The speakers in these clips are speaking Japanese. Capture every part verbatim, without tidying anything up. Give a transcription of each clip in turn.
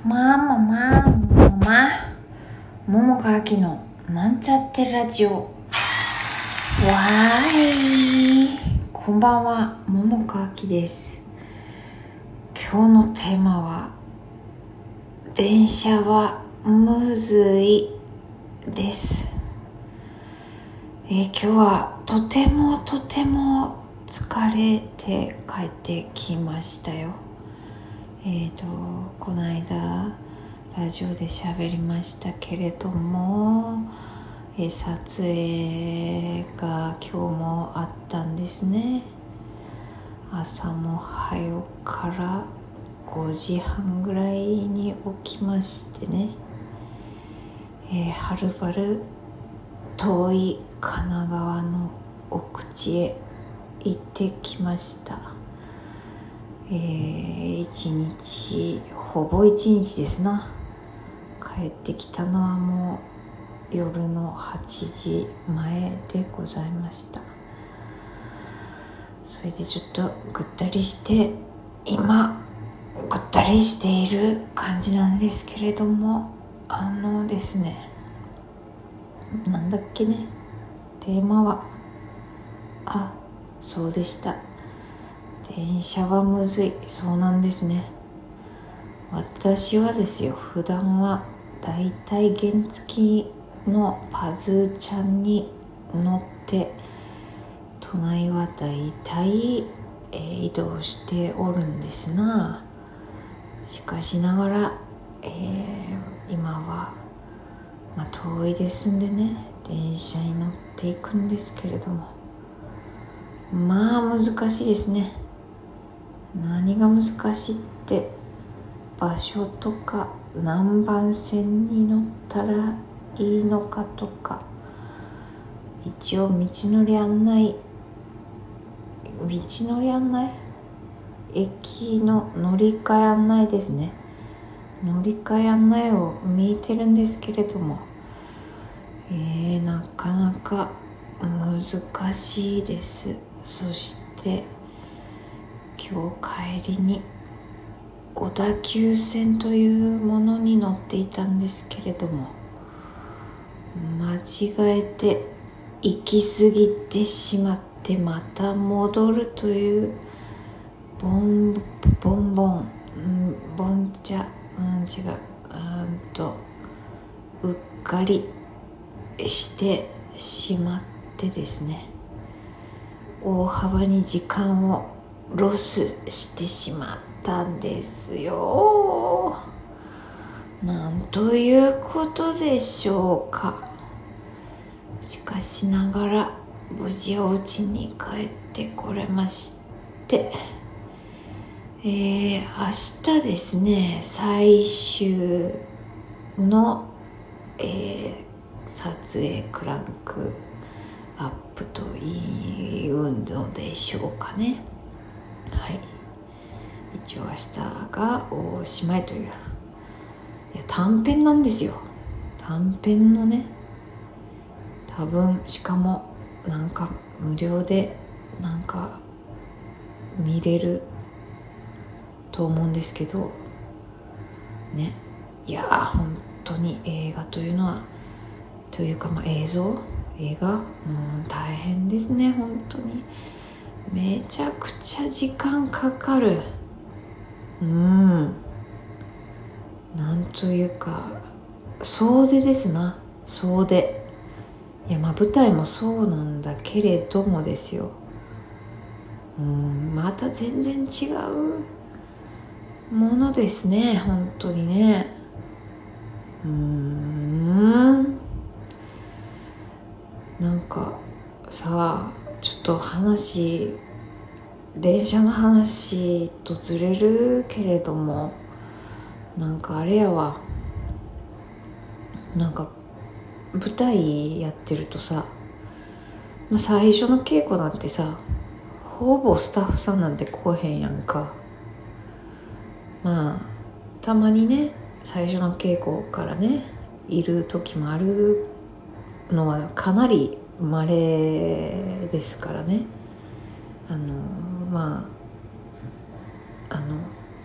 まあまあまあまあ桃川きのなんちゃってラジオ。わーい、こんばんは、桃川きです。今日のテーマは電車はむずいです。えー、今日はとてもとても疲れて帰ってきましたよ。えーとこの間ラジオで喋りましたけれども、え撮影が今日もあったんですね。朝も早からごじはんぐらいに起きましてね、えー、はるばる遠い神奈川の奥地へ行ってきました。えー、一日ほぼ一日ですな。帰ってきたのはもう夜のはちじまえでございました。それでちょっとぐったりして今ぐったりしている感じなんですけれども、あのですねなんだっけねテーマはあそうでした。電車はむずい。そうなんですね。私はですよ、普段はだいたい原付のパズーちゃんに乗って都内はだいたい、えー、移動しておるんですな。しかしながら、えー、今は、まあ、遠いですんでね、電車に乗っていくんですけれども、まあ難しいですね。何が難しいって場所とか何番線に乗ったらいいのかとか、一応道のり案内道のり案内駅の乗り換え案内ですね。乗り換え案内を見てるんですけれども、えー、なかなか難しいです。そして今日帰りに小田急線というものに乗っていたんですけれども、間違えて行き過ぎてしまってまた戻るというボンボンボン、うん、ボンじゃ、うん、違う、うんとうっかりしてしまってですね、大幅に時間をロスしてしまったんですよ。なんということでしょうか。しかしながら無事お家に帰ってこれまして、えー、明日ですね、最終の、えー、撮影クランクアップというのでしょうかね。はい、一応明日がおしまいという、いや短編なんですよ。短編のね、多分しかもなんか無料でなんか見れると思うんですけどね。いやー本当に映画というのはというか、まあ、映像映画うん大変ですね。本当にめちゃくちゃ時間かかる。うんなんというか総出ですな。総出。いやまあ舞台もそうなんだけれどもですよ、うんまた全然違うものですね。本当にね。うーんなんかさあちょっと話電車の話とずれるけれども、なんかあれやわ、なんか舞台やってるとさ、まあ、最初の稽古なんてさほぼスタッフさんなんて来へんやんか。まあたまにね最初の稽古からねいる時もあるのはかなり稀ですからね。あのまああの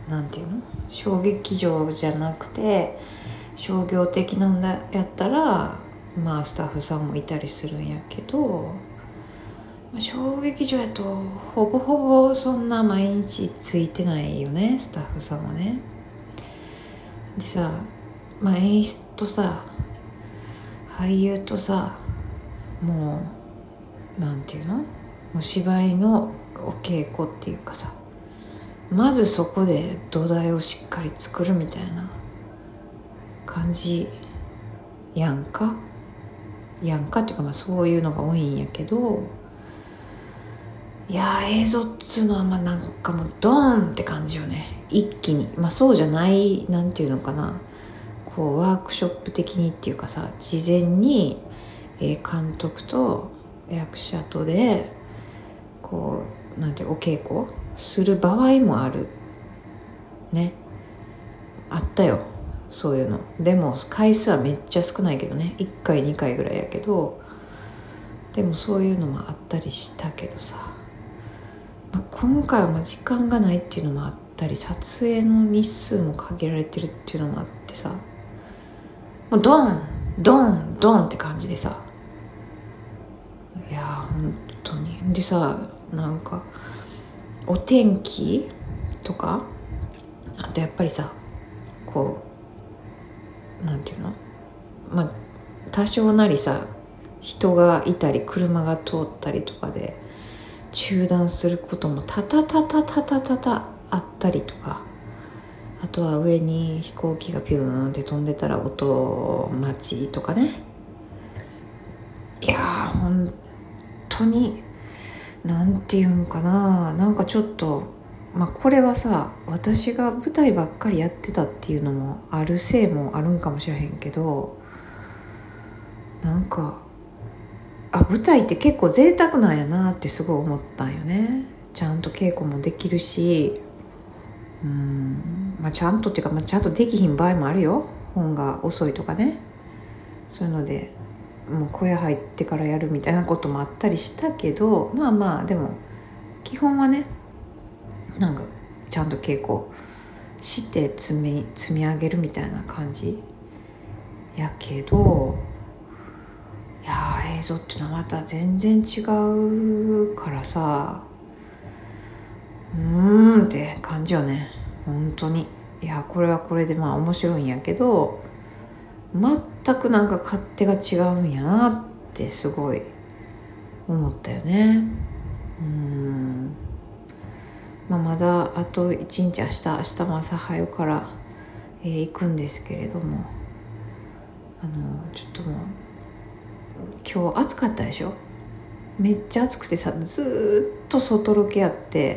なんていうの、小劇場じゃなくて商業的なんだやったらまあスタッフさんもいたりするんやけど、小劇場やとほぼほぼそんな毎日ついてないよね、スタッフさんはね。でさ、まあ、演出とさ俳優とさ、もうなんていうの、もう芝居のお稽古っていうかさ、まずそこで土台をしっかり作るみたいな感じやんかやんかっていうか、まあそういうのが多いんやけど、いやー映像っつうのはまあなんかもうドーンって感じよね、一気に。まあそうじゃない、なんていうのかな、こうワークショップ的にっていうかさ、事前に、えー、監督と役者とでこうなんていうお稽古する場合もあるね。あったよそういうの。でも回数はめっちゃ少ないけどね、いっかいにかいぐらいやけど、でもそういうのもあったりしたけどさ、まあ、今回はまあ時間がないっていうのもあったり、撮影の日数も限られてるっていうのもあってさ、もうドンドンドンって感じでさ、いやー本当に。でさ、なんかお天気とか、あとやっぱりさ、こうなんていうの、まあ多少なりさ人がいたり車が通ったりとかで中断することもタタタタタタタタあったりとか、あとは上に飛行機がピューンって飛んでたら音待ちとかね。いやー本当になんていうんかな、なんかちょっと、まあこれはさ私が舞台ばっかりやってたっていうのもあるせいもあるんかもしれへんけど、なんかあ舞台って結構贅沢なんやなってすごい思ったんよね。ちゃんと稽古もできるし、うーん、まあ、ちゃんとっていうか、まあ、ちゃんとできひん場合もあるよ、本が遅いとかね。そういうのでもう小屋入ってからやるみたいなこともあったりしたけど、まあまあでも基本はね、なんかちゃんと稽古して積み積み上げるみたいな感じやけど、いやー映像っていうのはまた全然違うからさ、うーんって感じよね本当に。いやこれはこれでまあ面白いんやけど、全くなんか勝手が違うんやなってすごい思ったよね。うーん、まあ、まだあと一日、明日明日も朝早くから、えー、行くんですけれども、あのちょっともう今日暑かったでしょ、めっちゃ暑くてさ、ずーっと外ロケやって、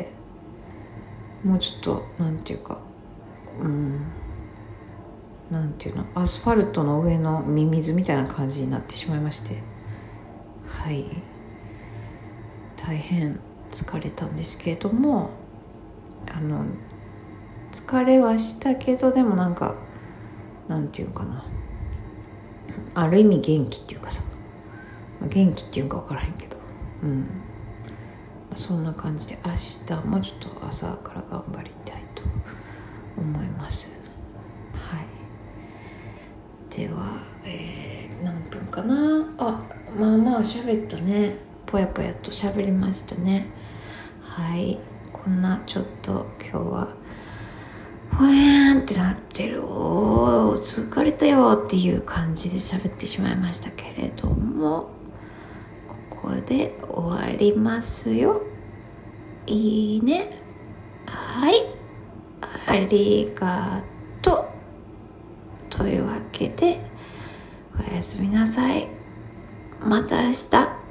もうちょっとなんていうか、うんなんていうの、アスファルトの上のミミズみたいな感じになってしまいまして、はい大変疲れたんですけれども、あの疲れはしたけど、でもなんかなんていうかな、ある意味元気っていうかさ、元気っていうか分からへんけど、うんそんな感じで明日もちょっと朝から頑張りたいと思います。はいでは、えー、何分かなあ、まあまあ喋ったね、ぽやぽやと喋りましたね。はいこんなちょっと今日はふえーんってなってる、おー疲れたよっていう感じで喋ってしまいましたけれども、ここで終わりますよ。いいね。はいありがとうというわけでおやすみなさい。また明日。